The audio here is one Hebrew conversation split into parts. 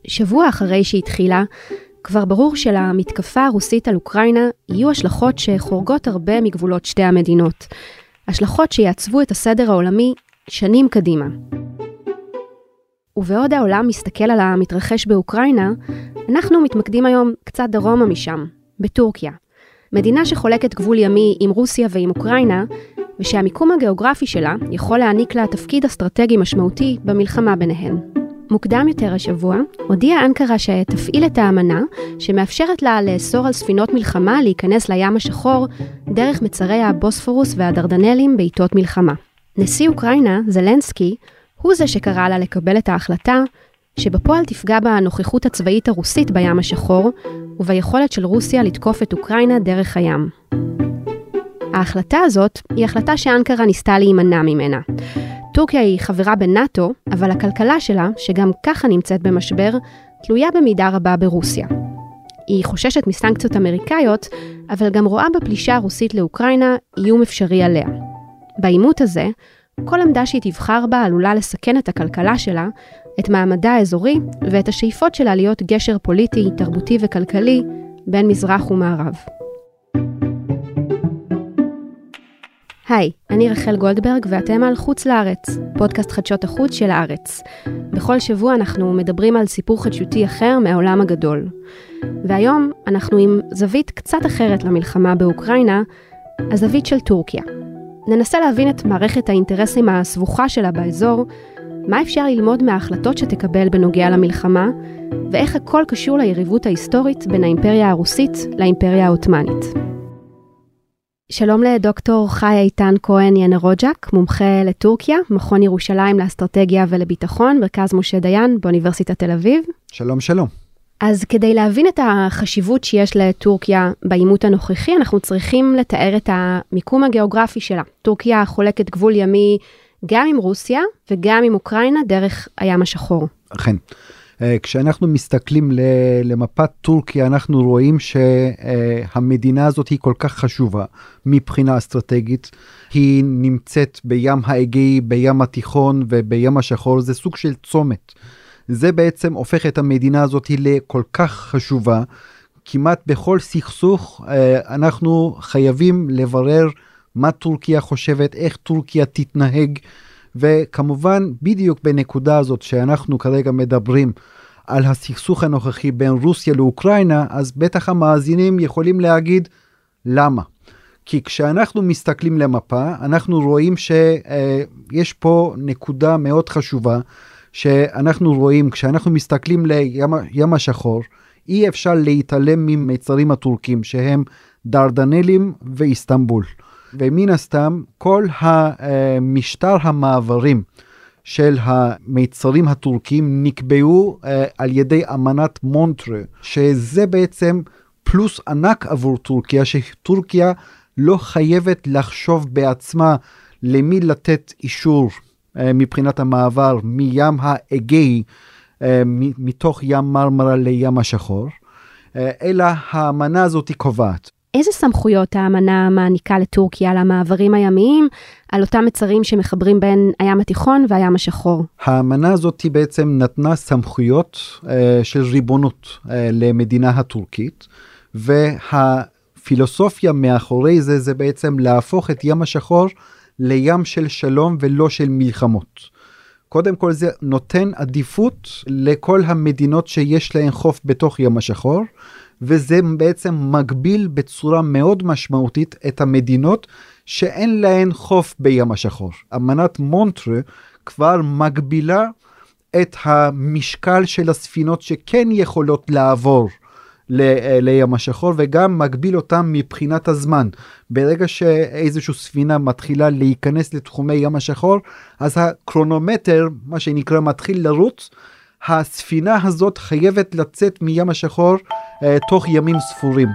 שבוע אחרי שהתחילה, כבר ברור שלמתקפה הרוסית על אוקראינה יהיו השלכות שחורגות הרבה מגבולות שתי המדינות. השלכות שיעצבו את הסדר העולמי שנים קדימה. ובעוד העולם מסתכל על המתרחש באוקראינה, אנחנו מתמקדים היום קצת דרומה משם, בטורקיה. מדינה שחולקת גבול ימי עם רוסיה ועם אוקראינה, ושהמיקום הגיאוגרפי שלה יכול להעניק לה תפקיד אסטרטגי משמעותי במלחמה ביניהן. מוקדם יותר השבוע, הודיעה אנקרה שתפעיל את האמנה שמאפשרת לה לאסור על ספינות מלחמה להיכנס לים השחור דרך מצרי הבוספורוס והדרדנלים בעיתות מלחמה. נשיא אוקראינה, זלנסקי, הוא זה שקרא לה לקבל את ההחלטה שבפועל תפגע בנוכחות הצבאית הרוסית בים השחור וביכולת של רוסיה לתקוף את אוקראינה דרך הים. ההחלטה הזאת היא החלטה שאנקרה ניסתה להימנע ממנה. טורקיה היא חברה בנאטו, אבל הכלכלה שלה, שגם ככה נמצאת במשבר, תלויה במידה רבה ברוסיה. היא חוששת מסנקציות אמריקאיות, אבל גם רואה בפלישה הרוסית לאוקראינה איום אפשרי עליה. בעימות הזה, כל עמדה שהיא תבחר בה עלולה לסכן את הכלכלה שלה, את מעמדה האזורי ואת השאיפות שלה להיות גשר פוליטי, תרבותי וכלכלי בין מזרח ומערב. היי, אני רחל גולדברג ואתם על חוץ לארץ, פודקאסט חדשות החוץ של הארץ. בכל שבוע אנחנו מדברים על סיפור חדשותי אחר מהעולם הגדול. והיום אנחנו עם זווית קצת אחרת למלחמה באוקראינה, הזווית של טורקיה. ננסה להבין את מערכת האינטרסים הסבוכה שלה באזור, מה אפשר ללמוד מההחלטות שתקבל בנוגע למלחמה, ואיך הכל קשור ליריבות ההיסטורית בין האימפריה הרוסית לאימפריה העות'מאנית. שלום לדוקטור חיה איתן כהן ינרוג'ק, מומחה לטורקיה, מכון ירושלים לאסטרטגיה ולביטחון, מרכז משה דיין באוניברסיטת תל אביב. שלום, שלום. אז כדי להבין את החשיבות שיש לטורקיה בעימות הנוכחי, אנחנו צריכים לתאר את המיקום הגיאוגרפי שלה. טורקיה חולקת גבול ימי גם עם רוסיה וגם עם אוקראינה דרך הים השחור. אכן. כשאנחנו מסתכלים למפת טורקיה, אנחנו רואים שהמדינה הזאת היא כל כך חשובה מבחינה אסטרטגית. היא נמצאת בים האגאי, בים התיכון ובים השחור, זה סוג של צומת. זה בעצם הופך את המדינה הזאת לכל כך חשובה. כמעט בכל סכסוך אנחנו חייבים לברר מה טורקיה חושבת, איך טורקיה תתנהג, וכמובן בדיוק בנקודה הזאת שאנחנו כרגע מדברים על הסכסוך הנוכחי בין רוסיה לאוקראינה, אז בטח המאזינים יכולים להגיד למה. כי כשאנחנו מסתכלים למפה, אנחנו רואים שיש פה נקודה מאוד חשובה, שאנחנו רואים כשאנחנו מסתכלים לים השחור, אי אפשר להתעלם ממצרים הטורקים שהם דרדנלים ואיסטנבול. ומן הסתם כל המשטר המעברים של המצרים הטורקים נקבעו על ידי אמנת מונטרה, שזה בעצם פלוס ענק עבור טורקיה, שטורקיה לא חייבת לחשוב בעצמה למי לתת אישור מבחינת המעבר מים האגאי מתוך ים מרמרה לים השחור, אלא האמנה הזאת קובעת. איזה סמכויות האמנה מעניקה לטורקיה על המעברים הימיים, על אותם מצרים שמחברים בין הים התיכון והים השחור? האמנה הזאת בעצם נתנה סמכויות של ריבונות למדינה הטורקית, והפילוסופיה מאחורי זה בעצם להפוך את ים השחור לים של שלום ולא של מלחמות. קודם כל זה נותן עדיפות לכל המדינות שיש להן חוף בתוך ים השחור, וזה בעצם מגביל בצורה מאוד משמעותית את המדינות שאין להן חוף בים השחור. אמנת מונטרה כבר מגבילה את המשקל של הספינות שכן יכולות לעבור לים השחור, וגם מגביל אותם מבחינת הזמן. ברגע שאיזושהי ספינה מתחילה להיכנס לתחומי ים השחור, אז הקרונומטר, מה שנקרא, מתחיל לרוץ, הספינה הזאת חייבת לצאת מים השחור תוך ימים ספורים.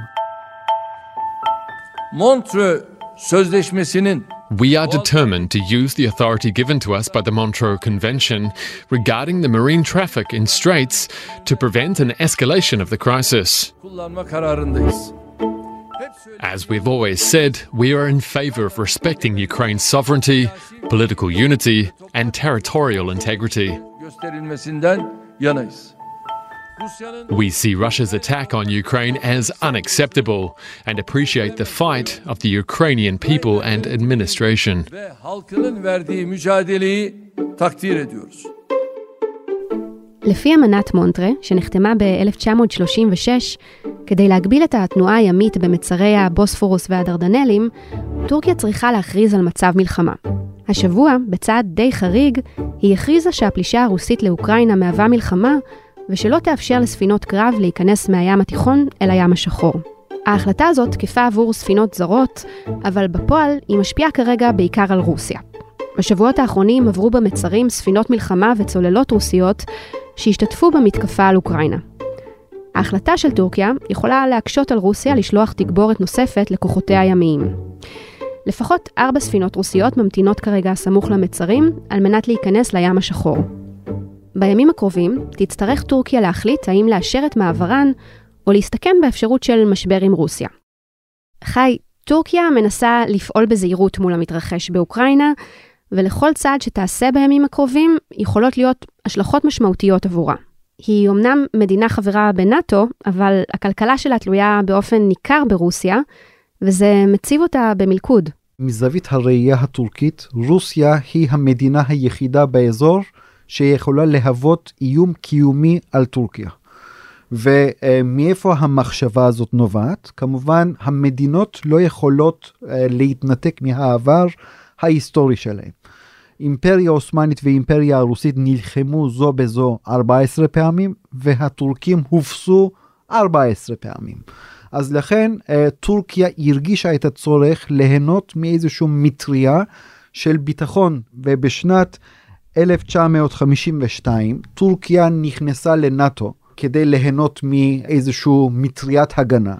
Montreux Sözleşmesi'nin We are determined to use the authority given to us by the Montreux Convention regarding the marine traffic in straits to prevent an escalation of the crisis. kullanma kararındayız. As we've always said, we are in favor of respecting Ukraine's sovereignty, political unity, and territorial integrity. Gösterilmesinden yanayız. We see Russia's attack on Ukraine as unacceptable and appreciate the fight of the Ukrainian people and administration. Ve halkının verdiği mücadeleyi takdir ediyoruz. לפי אמנת מונטרה, שנחתמה ב-1936, כדי להגביל את התנועה הימית במצרי הבוספורוס והדרדנלים, טורקיה צריכה להכריז על מצב מלחמה. השבוע, בצעד די חריג, היא הכריזה שהפלישה הרוסית לאוקראינה מהווה מלחמה, ושלא תאפשר לספינות קרב להיכנס מהים התיכון אל הים השחור. ההחלטה הזאת תקפה עבור ספינות זרות, אבל בפועל היא משפיעה כרגע בעיקר על רוסיה. בשבועות האחרונים עברו במצרים ספינות מלחמה וצוללות רוסיות שהשתתפו במתקפה על אוקראינה. ההחלטה של טורקיה יכולה להקשות על רוסיה לשלוח תגבורת נוספת לכוחותיה הימיים. לפחות 4 ספינות רוסיות ממתינות כרגע סמוך למצרים על מנת להיכנס לים השחור. בימים הקרובים תצטרך טורקיה להחליט האם לאשר את מעברן או להסתכן באפשרות של משבר עם רוסיה. חי, טורקיה מנסה לפעול בזהירות מול המתרחש באוקראינה, ולכל צעד שתעשה בימים הקרובים יכולות להיות השלכות משמעותיות עבורה. היא אומנם מדינה חברה בנאטו, אבל הכלכלה שלה תלויה באופן ניכר ברוסיה, וזה מציב אותה במלכוד. מזווית הראייה הטורקית, רוסיה היא המדינה היחידה באזור שיכולה להוות איום קיומי על טורקיה. ומאיפה המחשבה הזאת נובעת? כמובן, המדינות לא יכולות להתנתק מהעבר ההיסטורי שלהם. אימפריה אוסמנית ואימפריה הרוסית נלחמו זו בזו 14 פעמים, והטורקים הופסו 14 פעמים. אז לכן טורקיה הרגישה את הצורך ליהנות מאיזשהו מטריה של ביטחון, ובשנת 1952 טורקיה נכנסה לנאטו כדי ליהנות מאיזשהו מטריית הגנה,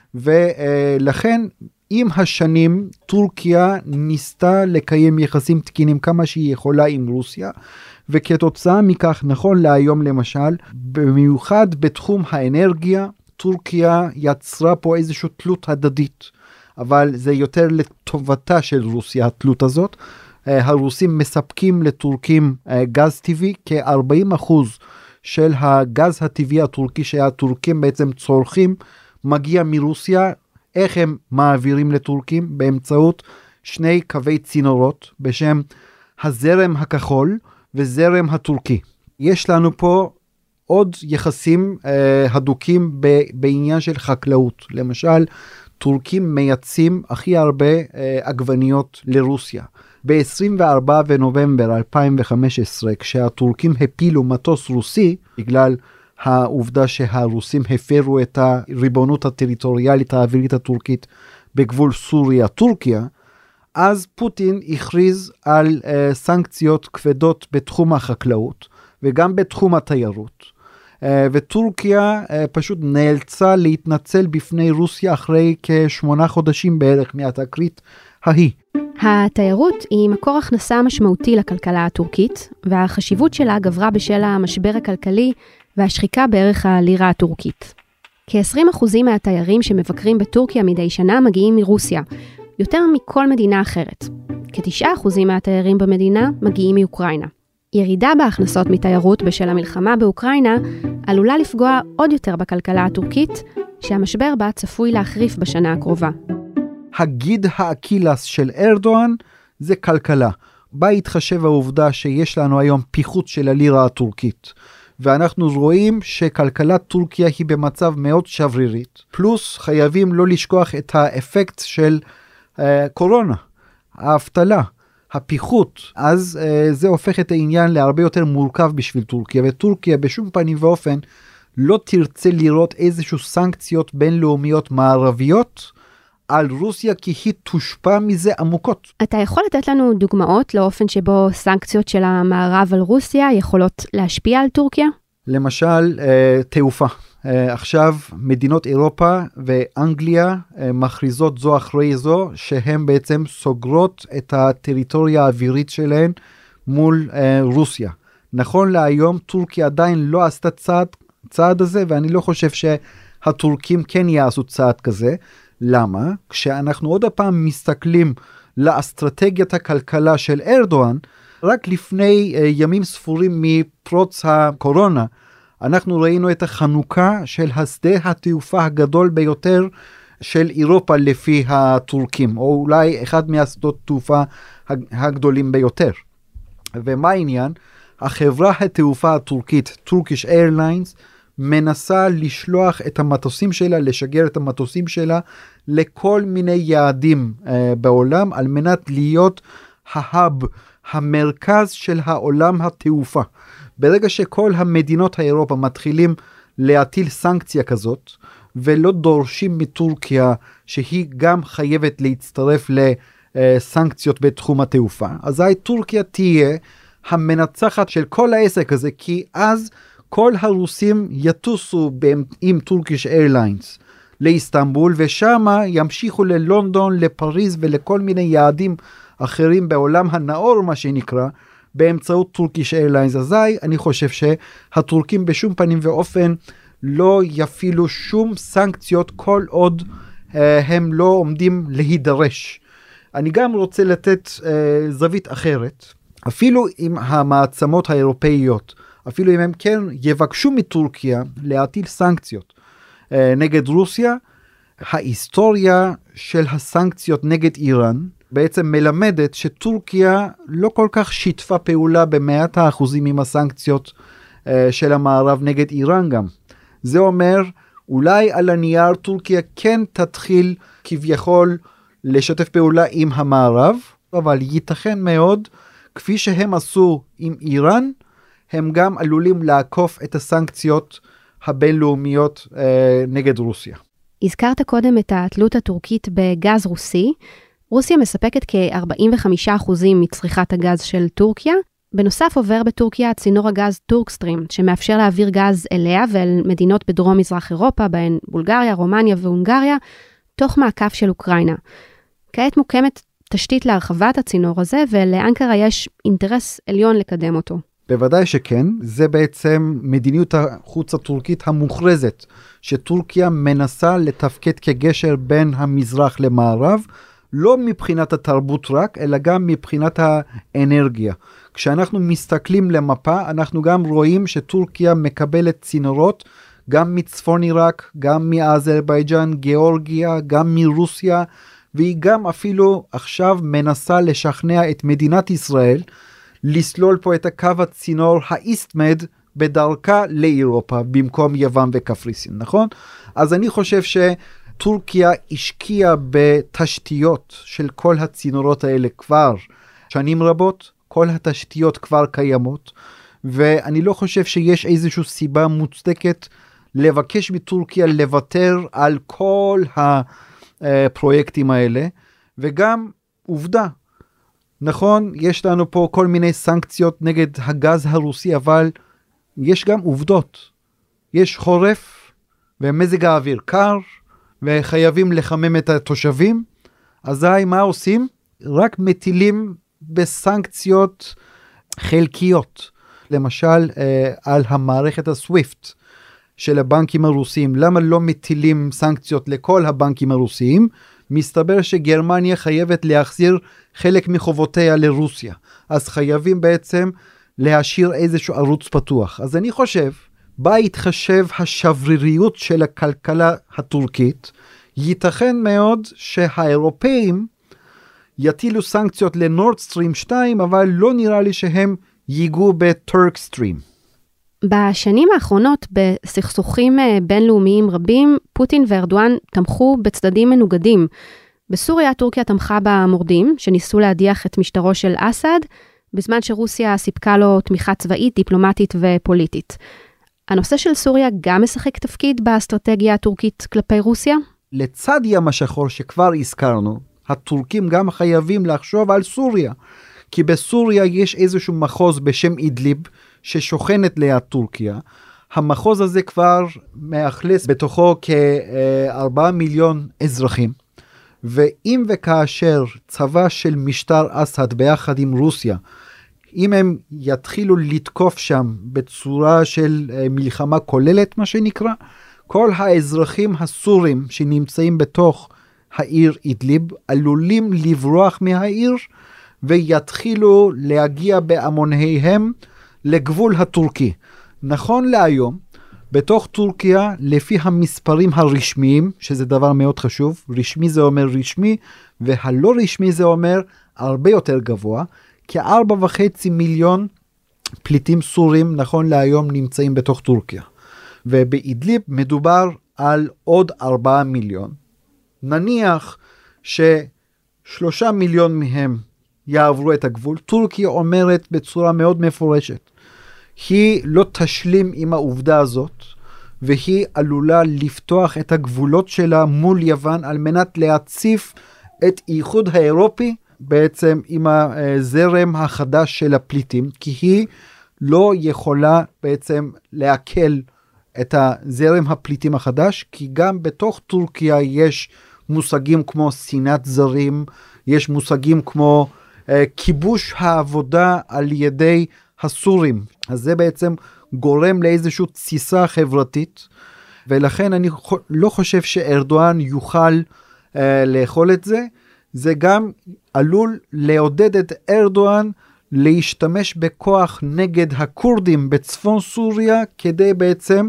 ולכן עם השנים טורקיה ניסתה לקיים יחסים תקינים כמה שהיא יכולה עם רוסיה, וכתוצאה מכך נכון להיום למשל, במיוחד בתחום האנרגיה, טורקיה יצרה פה איזושהי תלות הדדית, אבל זה יותר לטובתה של רוסיה התלות הזאת. הרוסים מספקים לטורקים גז טבעי, כ-40% של הגז הטבעי הטורקי שהטורקים בעצם צורכים מגיע מרוסיה. איך הם מעבירים לטורקים? באמצעות 2 קווי צינורות בשם הזרם הכחול וזרם הטורקי. יש לנו פה עוד יחסים הדוקים בעניין של חקלאות. למשל, טורקים מייצאים הכי הרבה עגבניות לרוסיה. ב-24 בנובמבר 2015, כשהטורקים הפילו מטוס רוסי, בגלל העובדה שהרוסים הפרו את הריבונות הטריטוריאלית האווירית הטורקית בגבול סוריה-טורקיה, אז פוטין הכריז על סנקציות כבדות בתחום החקלאות וגם בתחום התיירות. וטורקיה פשוט נאלצה להתנצל בפני רוסיה אחרי כ8 חודשים בערך מהתקרית ההיא. התיירות היא מקור הכנסה משמעותי לכלכלה הטורקית, והחשיבות שלה גברה בשל המשבר הכלכלי והשחיקה בערך הלירה הטורקית. כ-20% מהתיירים שמבקרים בטורקיה מדי שנה מגיעים מרוסיה, יותר מכל מדינה אחרת. כ9% מהתיירים במדינה מגיעים מאוקראינה. ירידה בהכנסות מתיירות בשל המלחמה באוקראינה עלולה לפגוע עוד יותר בכלכלה הטורקית, שהמשבר בה צפוי להחריף בשנה הקרובה. הגיד האקילס של ארדואן זה כלכלה. בה התחשב העובדה שיש לנו היום פיחות של הלירה הטורקית. ואנחנו רואים שכלכלת טורקיה היא במצב מאוד שברירית. פלוס חייבים לא לשכוח את האפקט של קורונה, האבטלה, הפיחות. אז זה הופך את העניין להרבה יותר מורכב בשביל טורקיה. וטורקיה בשום פנים ואופן לא תרצה לראות איזשהו סנקציות בינלאומיות מערביות על רוסיה, כי היא תושפע מזה עמוקות. אתה יכול לתת לנו דוגמאות לאופן שבו סנקציות של המערב על רוסיה יכולות להשפיע על טורקיה? למשל, תעופה. עכשיו מדינות אירופה ואנגליה מכריזות זו אחרי זו, שהן בעצם סוגרות את הטריטוריה האווירית שלהן מול רוסיה. נכון להיום טורקיה עדיין לא עשתה צעד הזה, ואני לא חושב שהטורקים כן יעשו צעד כזה. למה? כשאנחנו עוד הפעם מסתכלים לאסטרטגיית הכלכלה של ארדואן, רק לפני ימים ספורים מפרוץ הקורונה, אנחנו ראינו את החנוכה של השדה התעופה הגדול ביותר של אירופה לפי הטורקים, או אולי אחד מהשדות תעופה הגדולים ביותר. ומה העניין? החברה התעופה הטורקית, Turkish Airlines, מנסה לשלוח את המטוסים שלה, לשגר את המטוסים שלה לכל מיני יעדים בעולם, על מנת להיות ההאב, המרכז של העולם התעופה. ברגע שכל המדינות האירופה מתחילים להטיל סנקציה כזאת, ולא דורשים מטורקיה שהיא גם חייבת להצטרף לסנקציות בתחום התעופה, אזי טורקיה תהיה המנצחת של כל העסק הזה, כי אז כל הרוסים יטוסו עם Turkish Airlines לאיסטנבול, ושם ימשיכו ללונדון, לפריז ולכל מיני יעדים אחרים בעולם הנאור, מה שנקרא, באמצעות Turkish Airlines. אזי אני חושב שהטורקים בשום פנים ואופן לא יפעילו שום סנקציות כל עוד הם לא עומדים להידרש. אני גם רוצה לתת זווית אחרת. אפילו עם המעצמות האירופאיות, אפילו אם הם כן יבקשו מטורקיה להטיל סנקציות נגד רוסיה, ההיסטוריה של הסנקציות נגד איראן בעצם מלמדת שטורקיה לא כל כך שיתפה פעולה ב100% עם הסנקציות של המערב נגד איראן גם. זה אומר, אולי על הנייר טורקיה כן תתחיל כביכול לשתף פעולה עם המערב, אבל ייתכן מאוד, כפי שהם עשו עם איראן, הם גם עלולים לעקוף את הסנקציות הבינלאומיות נגד רוסיה. הזכרת קודם את התלות הטורקית בגז רוסי. רוסיה מספקת כ-45% מצריכת הגז של טורקיה. בנוסף עובר בטורקיה צינור הגז טורקסטרים, שמאפשר להעביר גז אליה ואל מדינות בדרום מזרח אירופה, בהן בולגריה, רומניה והונגריה, תוך מעקף של אוקראינה. כעת מוקמת תשתית להרחבת הצינור הזה, ולאנקרה יש אינטרס עליון לקדם אותו. בוודאי שכן, זה בעצם מדיניות החוץ הטורקית המוכרזת, שטורקיה מנסה לתפקד כגשר בין המזרח למערב, לא מבחינת התרבות רק, אלא גם מבחינת האנרגיה. כשאנחנו מסתכלים למפה, אנחנו גם רואים שטורקיה מקבלת צינורות, גם מצפון עיראק, גם מאזרבייג'אן, גיאורגיה, גם מרוסיה, והיא גם אפילו עכשיו מנסה לשכנע את מדינת ישראל, לסלול פה את הקו הצינור האיסטמד בדרכה לאירופה, במקום יוון וקפריסין, נכון? אז אני חושב שטורקיה השקיעה בתשתיות של כל הצינורות האלה כבר שנים רבות, כל התשתיות כבר קיימות, ואני לא חושב שיש איזושהי סיבה מוצדקת לבקש מטורקיה לוותר על כל הפרויקטים האלה, וגם עובדה, נכון, יש לנו פה כל מיני סנקציות נגד הגז הרוסי, אבל יש גם עובדות. יש חורף ומזג האוויר קר, וחייבים לחמם את התושבים. אזי מה עושים? רק מטילים בסנקציות חלקיות. למשל, על המערכת הסוויפט של הבנקים הרוסיים. למה לא מטילים סנקציות לכל הבנקים הרוסיים? מסתבר שגרמניה חייבת להחזיר חלק מחובותיה לרוסיה. אז חייבים בעצם להשאיר איזשהו ערוץ פתוח. אז אני חושב, בהתחשב השבריריות של הכלכלה הטורקית, ייתכן מאוד שהאירופאים יטילו סנקציות לנורד סטרים 2, אבל לא נראה לי שהם ייגעו בטורק סטרים. בשנים האחרונות, בסכסוכים בינלאומיים רבים, פוטין וארדואן תמכו בצדדים מנוגדים. בסוריה, טורקיה תמכה במורדים, שניסו להדיח את משטרו של אסד, בזמן שרוסיה סיפקה לו תמיכה צבאית, דיפלומטית ופוליטית. הנושא של סוריה גם משחק תפקיד באסטרטגיה הטורקית כלפי רוסיה? לצד ים השחור שכבר הזכרנו, הטורקים גם חייבים לחשוב על סוריה. כי בסוריה יש איזשהו מחוז בשם אידליב, ששוכנת ליד טורקיה. המחוז הזה כבר מאכלס בתוכו כ4 מיליון אזרחים. ואם וכאשר צבא של משטר אסד ביחד עם רוסיה, אם הם יתחילו לתקוף שם בצורה של מלחמה כוללת, מה שנקרא, כל האזרחים הסורים שנמצאים בתוך העיר אידליב עלולים לברוח מהעיר, ויתחילו להגיע בהמוניהם לגבול הטורקי. נכון להיום, בתוך טורקיה, לפי המספרים הרשמיים, שזה דבר מאוד חשוב, רשמי זה אומר רשמי, והלא רשמי זה אומר הרבה יותר גבוה, כ4.5 מיליון פליטים סורים נכון להיום נמצאים בתוך טורקיה. ובאידליב מדובר על עוד 4 מיליון. נניח ש3 מיליון מהם יעברו את הגבול. טורקיה אומרת בצורה מאוד מפורשת, היא לא תשלים עם העובדה הזאת, והיא עלולה לפתוח את הגבולות שלה מול יוון, על מנת להציף את האיחוד האירופי בעצם עם הזרם החדש של הפליטים, כי היא לא יכולה בעצם להקל את הזרם הפליטים החדש, כי גם בתוך טורקיה יש מושגים כמו שנאת זרים, יש מושגים כמו כיבוש העבודה על ידי הסורים. אז זה בעצם גורם לאיזושהי תסיסה חברתית, ולכן אני לא חושב שארדואן יוכל לאכול את זה. זה גם עלול לעודד את ארדואן להשתמש בכוח נגד הקורדים בצפון סוריה, כדי בעצם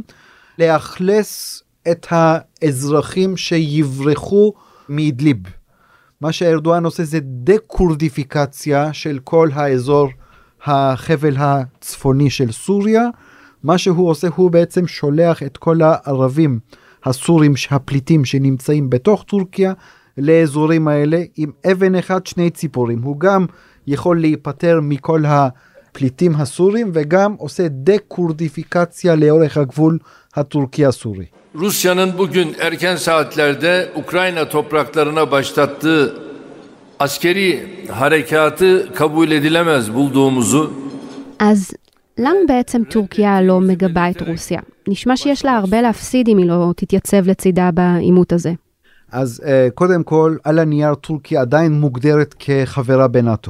לאכלס את האזרחים שיברחו מאידליב. מה שארדואן עושה זה דקורדיפיקציה של כל האזור החבל הצפוני של סוריה. מה שהוא עושה, הוא בעצם שולח את כל הערבים הסורים, הפליטים שנמצאים בתוך טורקיה, לאזורים האלה עם אבן אחד שני ציפורים. הוא גם יכול להיפטר מכל הפליטים הסורים, וגם עושה דקורdifikasya לאורך הגבול הטורקי-הסורי. Rusya'nın bugün erken saatlerde Ukrayna topraklarına başlattığı askeri harekatı kabul edilemez bulduğumuzu. אז למה בעצם טורקיה לא מגבה את רוסיה? נשמע שיש לה הרבה להפסיד אם היא לא תתייצב לצידה בעימות הזה. אז קודם כל, על הנייר טורקיה עדיין מוגדרת כחברה בנאטו.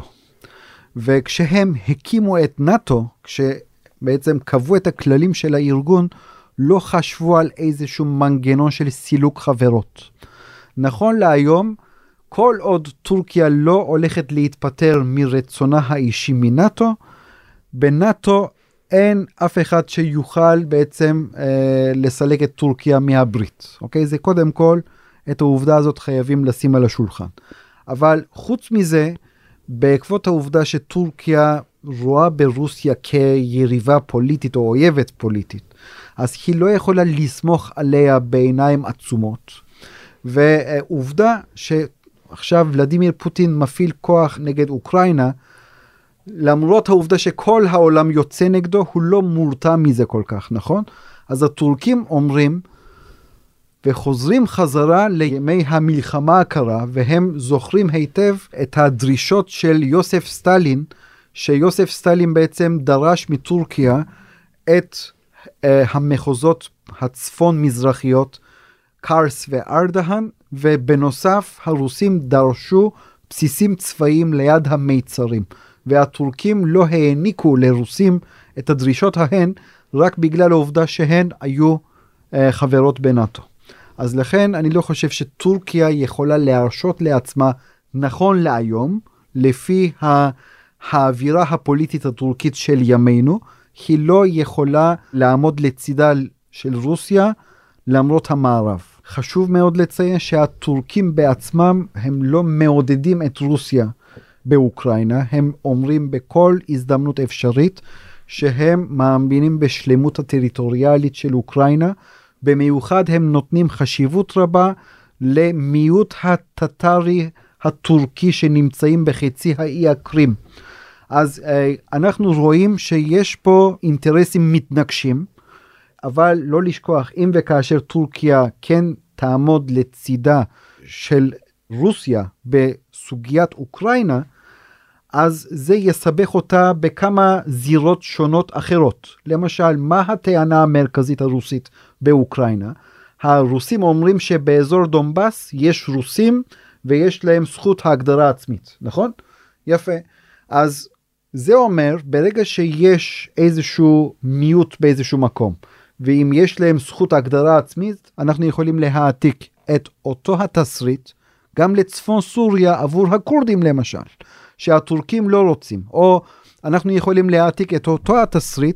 וכשהם הקימו את נאטו, כשבעצם קבעו את הכללים של הארגון, לא חשבו על איזשהו מנגנון של סילוק חברות. נכון להיום, כל עוד טורקיה לא הולכת להתפטר מרצונה האישי מנאטו, בנאטו אין אף אחד שיוכל בעצם לסלק את טורקיה מהברית. אוקיי? זה קודם כל, את העובדה הזאת חייבים לשים על השולחן. אבל חוץ מזה, בעקבות העובדה שטורקיה רואה ברוסיה כיריבה פוליטית או אויבת פוליטית, אז היא לא יכולה לסמוך עליה בעיניים עצומות. ועובדה שעכשיו ולדימיר פוטין מפעיל כוח נגד אוקראינה, למרות העובדה שכל העולם יוצא נגדו, הוא לא מורתע מזה כל כך, נכון? אז הטורקים אומרים, וחוזרים חזרה לימי המלחמה הקרה, והם זוכרים היטב את הדרישות של יוסף סטלין, שיוסף סטלין בעצם דרש מטורקיה את המחוזות הצפון מזרחיות, קרס וארדהן, ובנוסף הרוסים דרשו בסיסים צבאיים ליד המיצרים, והטורקים לא העניקו לרוסים את הדרישות ההן, רק בגלל העובדה שהן היו חברות בנאטו. אז לכן אני לא חושב שטורקיה יכולה להרשות לעצמה נכון להיום, לפי האווירה הפוליטית הטורקית של ימינו, היא לא יכולה לעמוד לצידה של רוסיה למרות המערב. חשוב מאוד לציין שהטורקים בעצמם הם לא מעודדים את רוסיה באוקראינה, הם אומרים בכל הזדמנות אפשרית שהם מאמינים בשלמות הטריטוריאלית של אוקראינה, במיוחד הם נותנים חשיבות רבה למיעוט הטטרי הטורקי שנמצאים בחצי האי הקרים. אז אנחנו רואים שיש פה אינטרסים מתנגשים, אבל לא לשכוח, אם וכאשר טורקיה כן תעמוד לצידה של רוסיה בסוגיית אוקראינה, אז זה יסבך אותה בכמה זירות שונות אחרות. למשל, מה הטענה המרכזית הרוסית באוקראינה? הרוסים אומרים שבאזור דונבאס יש רוסים ויש להם זכות ההגדרה עצמית, נכון? יפה. אז זה אומר, ברגע שיש איזשהו מיעוט באיזשהו מקום, ואם יש להם זכות הגדרה עצמית, אנחנו יכולים להעתיק את אותו התסריט גם לצפון סוריה עבור הקורדים למשל, שהטורקים לא רוצים. או אנחנו יכולים להעתיק את אותו התסריט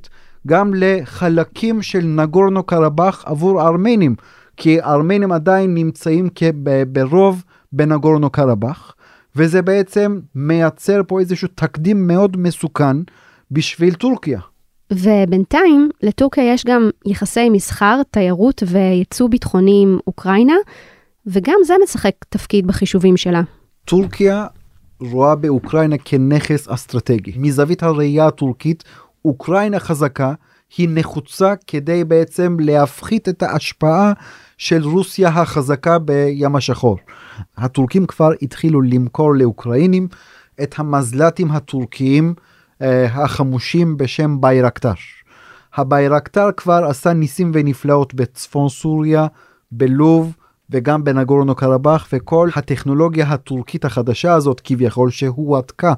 גם לחלקים של נגורנו קרבאח עבור ארמנים, כי ארמנים עדיין נמצאים ברוב בנגורנו קרבאח, וזה בעצם מייצר פה איזשהו תקדים מאוד מסוכן בשביל טורקיה. ובינתיים לטורקיה יש גם יחסי מסחר, תיירות וייצוא ביטחוני עם אוקראינה, וגם זה משחק תפקיד בחישובים שלה. טורקיה רואה באוקראינה כנכס אסטרטגי. מזווית הראייה הטורקית, אוקראינה חזקה היא נחוצה כדי בעצם להפחית את ההשפעה של רוסיה החזקה בים השחור. הטורקים כבר התחילו למכור לאוקראינים את המזל"טים הטורקיים החמושים בשם ביירקטר. הביירקטר כבר עשה ניסים ונפלאות בצפון סוריה, בלוב וגם בנגורנו קרבאח, וכל הטכנולוגיה הטורקית החדשה הזאת כביכול שהועתקה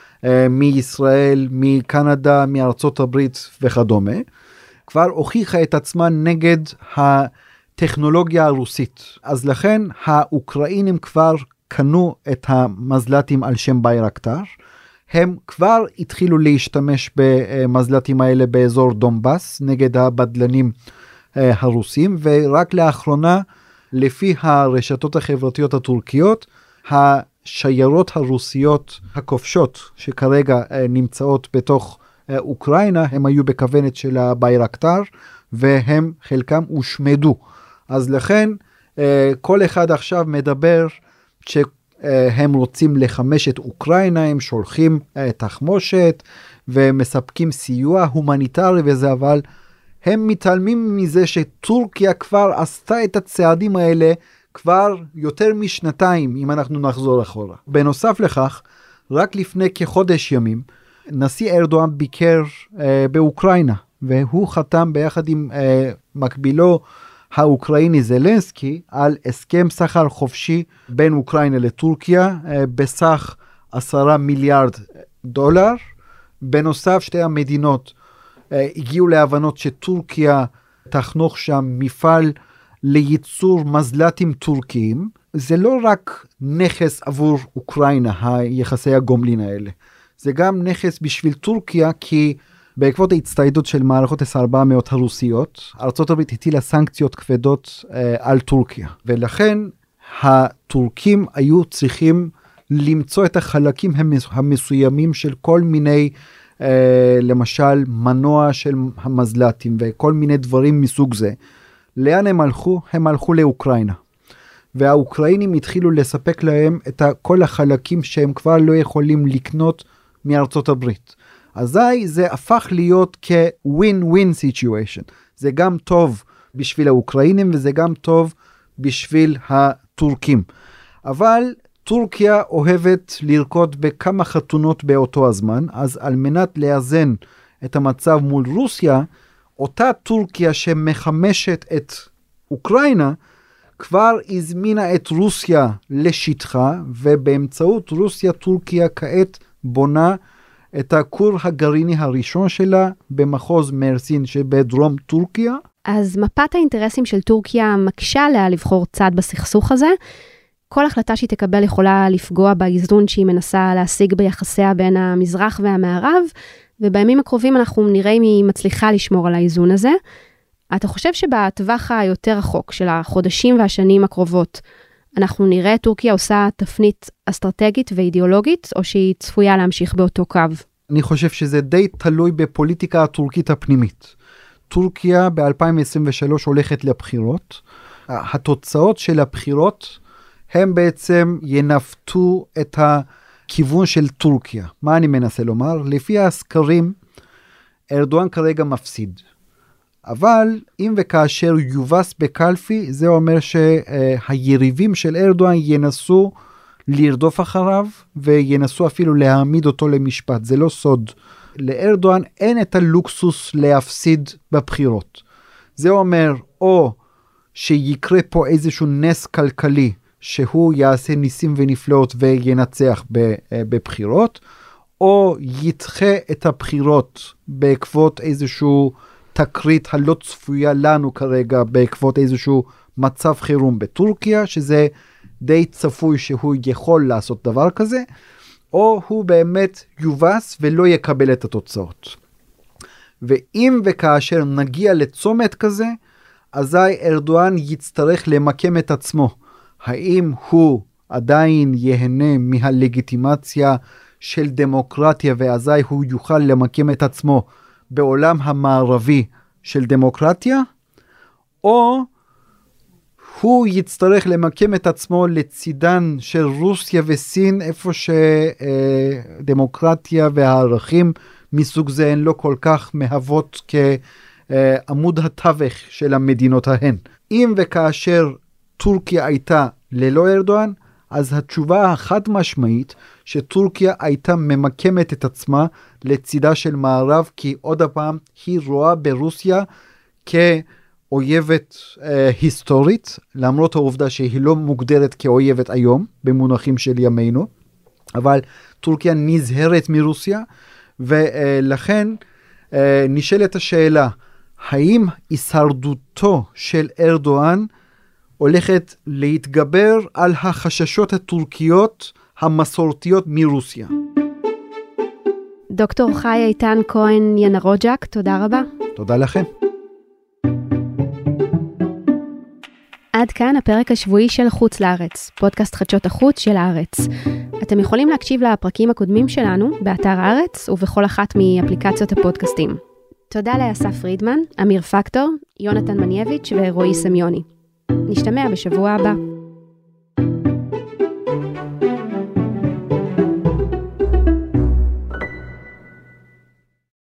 מישראל, מקנדה, מארצות הברית וכדומה, כבר הוכיחה את עצמה נגד הטכנולוגיה הרוסית. אז לכן האוקראינים כבר קנו את המזל"טים על שם ביירקטר, הם כבר התחילו להשתמש במזל"טים האלה באזור דונבאס נגד הבדלנים הרוסים, ורק לאחרונה לפי הרשתות החברתיות הטורקיות, השיירות הרוסיות הכובשות שכרגע נמצאות בתוך אוקראינה, הם היו בכוונת של הביירקטר, והם חלקם הושמדו. אז לכן כל אחד עכשיו מדבר שהם רוצים לחמש את אוקראינה, הם שולחים תחמושת ומספקים סיוע הומניטרי וזה, אבל הם מתעלמים מזה שטורקיה כבר עשתה את הצעדים האלה כבר יותר משנתיים, אם אנחנו נחזור אחורה. בנוסף לכך, רק לפני כחודש ימים, נשיא ארדואן ביקר באוקראינה, והוא חתם ביחד עם מקבילו האוקראיני זלנסקי על הסכם סחר חופשי בין אוקראינה לטורקיה בסך 10 מיליארד דולר. בנוסף, שתי המדינות הגיעו להבנות שטורקיה תחנוך שם מפעל לייצור מזל"טים טורקיים. זה לא רק נכס עבור אוקראינה, היחסי הגומלין האלה. זה גם נכס בשביל טורקיה, כי בעקבות ההצטיידות של מערכות S-400 הרוסיות, ארצות הברית הטילה סנקציות כבדות על טורקיה. ולכן הטורקים היו צריכים למצוא את החלקים המסוימים של כל מיני, למשל מנוע של המזל"טים וכל מיני דברים מסוג זה. לאן הם הלכו? הם הלכו לאוקראינה. והאוקראינים התחילו לספק להם את כל החלקים שהם כבר לא יכולים לקנות מארצות הברית. אזי זה הפך להיות כ-win-win situation. זה גם טוב בשביל האוקראינים וזה גם טוב בשביל הטורקים. אבל טורקיה אוהבת לרקוד בכמה חתונות באותו הזמן, אז על מנת לאזן את המצב מול רוסיה, אותה טורקיה שמחמשת את אוקראינה, כבר הזמינה את רוסיה לשטחה, ובאמצעות רוסיה טורקיה כעת בונה את הכור הגרעיני הראשון שלה במחוז מרסין שבדרום טורקיה. אז מפת האינטרסים של טורקיה מקשה עליה לבחור צד בסכסוך הזה. כל החלטה שהיא תקבל יכולה לפגוע באיזון שהיא מנסה להשיג ביחסיה בין המזרח והמערב, ובימים הקרובים אנחנו נראה אם היא מצליחה לשמור על האיזון הזה. אתה חושב שבטווח היותר רחוק של החודשים והשנים הקרובות, אנחנו נראה טורקיה עושה תפנית אסטרטגית ואידיאולוגית, או שהיא צפויה להמשיך באותו קו? אני חושב שזה די תלוי בפוליטיקה הטורקית הפנימית. טורקיה ב-2023 הולכת לבחירות. התוצאות של הבחירות הם בעצם ינפתו את הכיוון של טורקיה. מה אני מנסה לומר? לפי הסקרים, ארדואן כרגע מפסיד. אבל אם וכאשר יובס בקלפי, זה אומר שהיריבים של ארדואן ינסו לרדוף אחריו, וינסו אפילו להעמיד אותו למשפט. זה לא סוד. לארדואן אין את הלוקסוס להפסיד בבחירות. זה אומר או שיקרה פה איזשהו נס כלכלי, שהוא יעשה ניסים ונפלאות וינצח בבחירות, או ידחה את הבחירות בעקבות איזשהו תקרית הלא צפויה לנו כרגע, בעקבות איזשהו מצב חירום בטורקיה, שזה די צפוי שהוא יכול לעשות דבר כזה, או הוא באמת יובס ולא יקבל את התוצאות. ואם וכאשר נגיע לצומת כזה, אזי ארדואן יצטרך למקם את עצמו. האם הוא עדיין יהנה מהלגיטימציה של דמוקרטיה, ואזי הוא יוכל למקם את עצמו בעולם המערבי של דמוקרטיה, או הוא יצטרך למקם את עצמו לצידן של רוסיה וסין, איפה שדמוקרטיה והערכים מסוג זה הן לא כל כך מהוות כעמוד התווך של המדינות ההן. אם וכאשר טורקיה הייתה ללא ארדואן, אז התשובה החד משמעית שטורקיה הייתה ממקמת את עצמה לצידה של מערב, כי עוד הפעם היא רואה ברוסיה כאויבת היסטורית, למרות העובדה שהיא לא מוגדרת כאויבת היום במונחים של ימינו, אבל טורקיה נזהרת מרוסיה, ולכן נשאלת השאלה, האם הישרדותו של ארדואן הולכת להתגבר על החששות הטורקיות המסורתיות מרוסיה? דוקטור חי איתן כהן ינרוג'ק, תודה רבה. תודה לכם. עד כאן הפרק השבועי של חוץ לארץ, פודקאסט חדשות החוץ של הארץ. אתם יכולים להקשיב לפרקים הקודמים שלנו באתר הארץ ובכל אחת מאפליקציות הפודקאסטים. תודה לאסף פרידמן, אמיר פקטור, יונתן מנייביץ' ורועי סמיוני. נשתמע בשבוע הבא.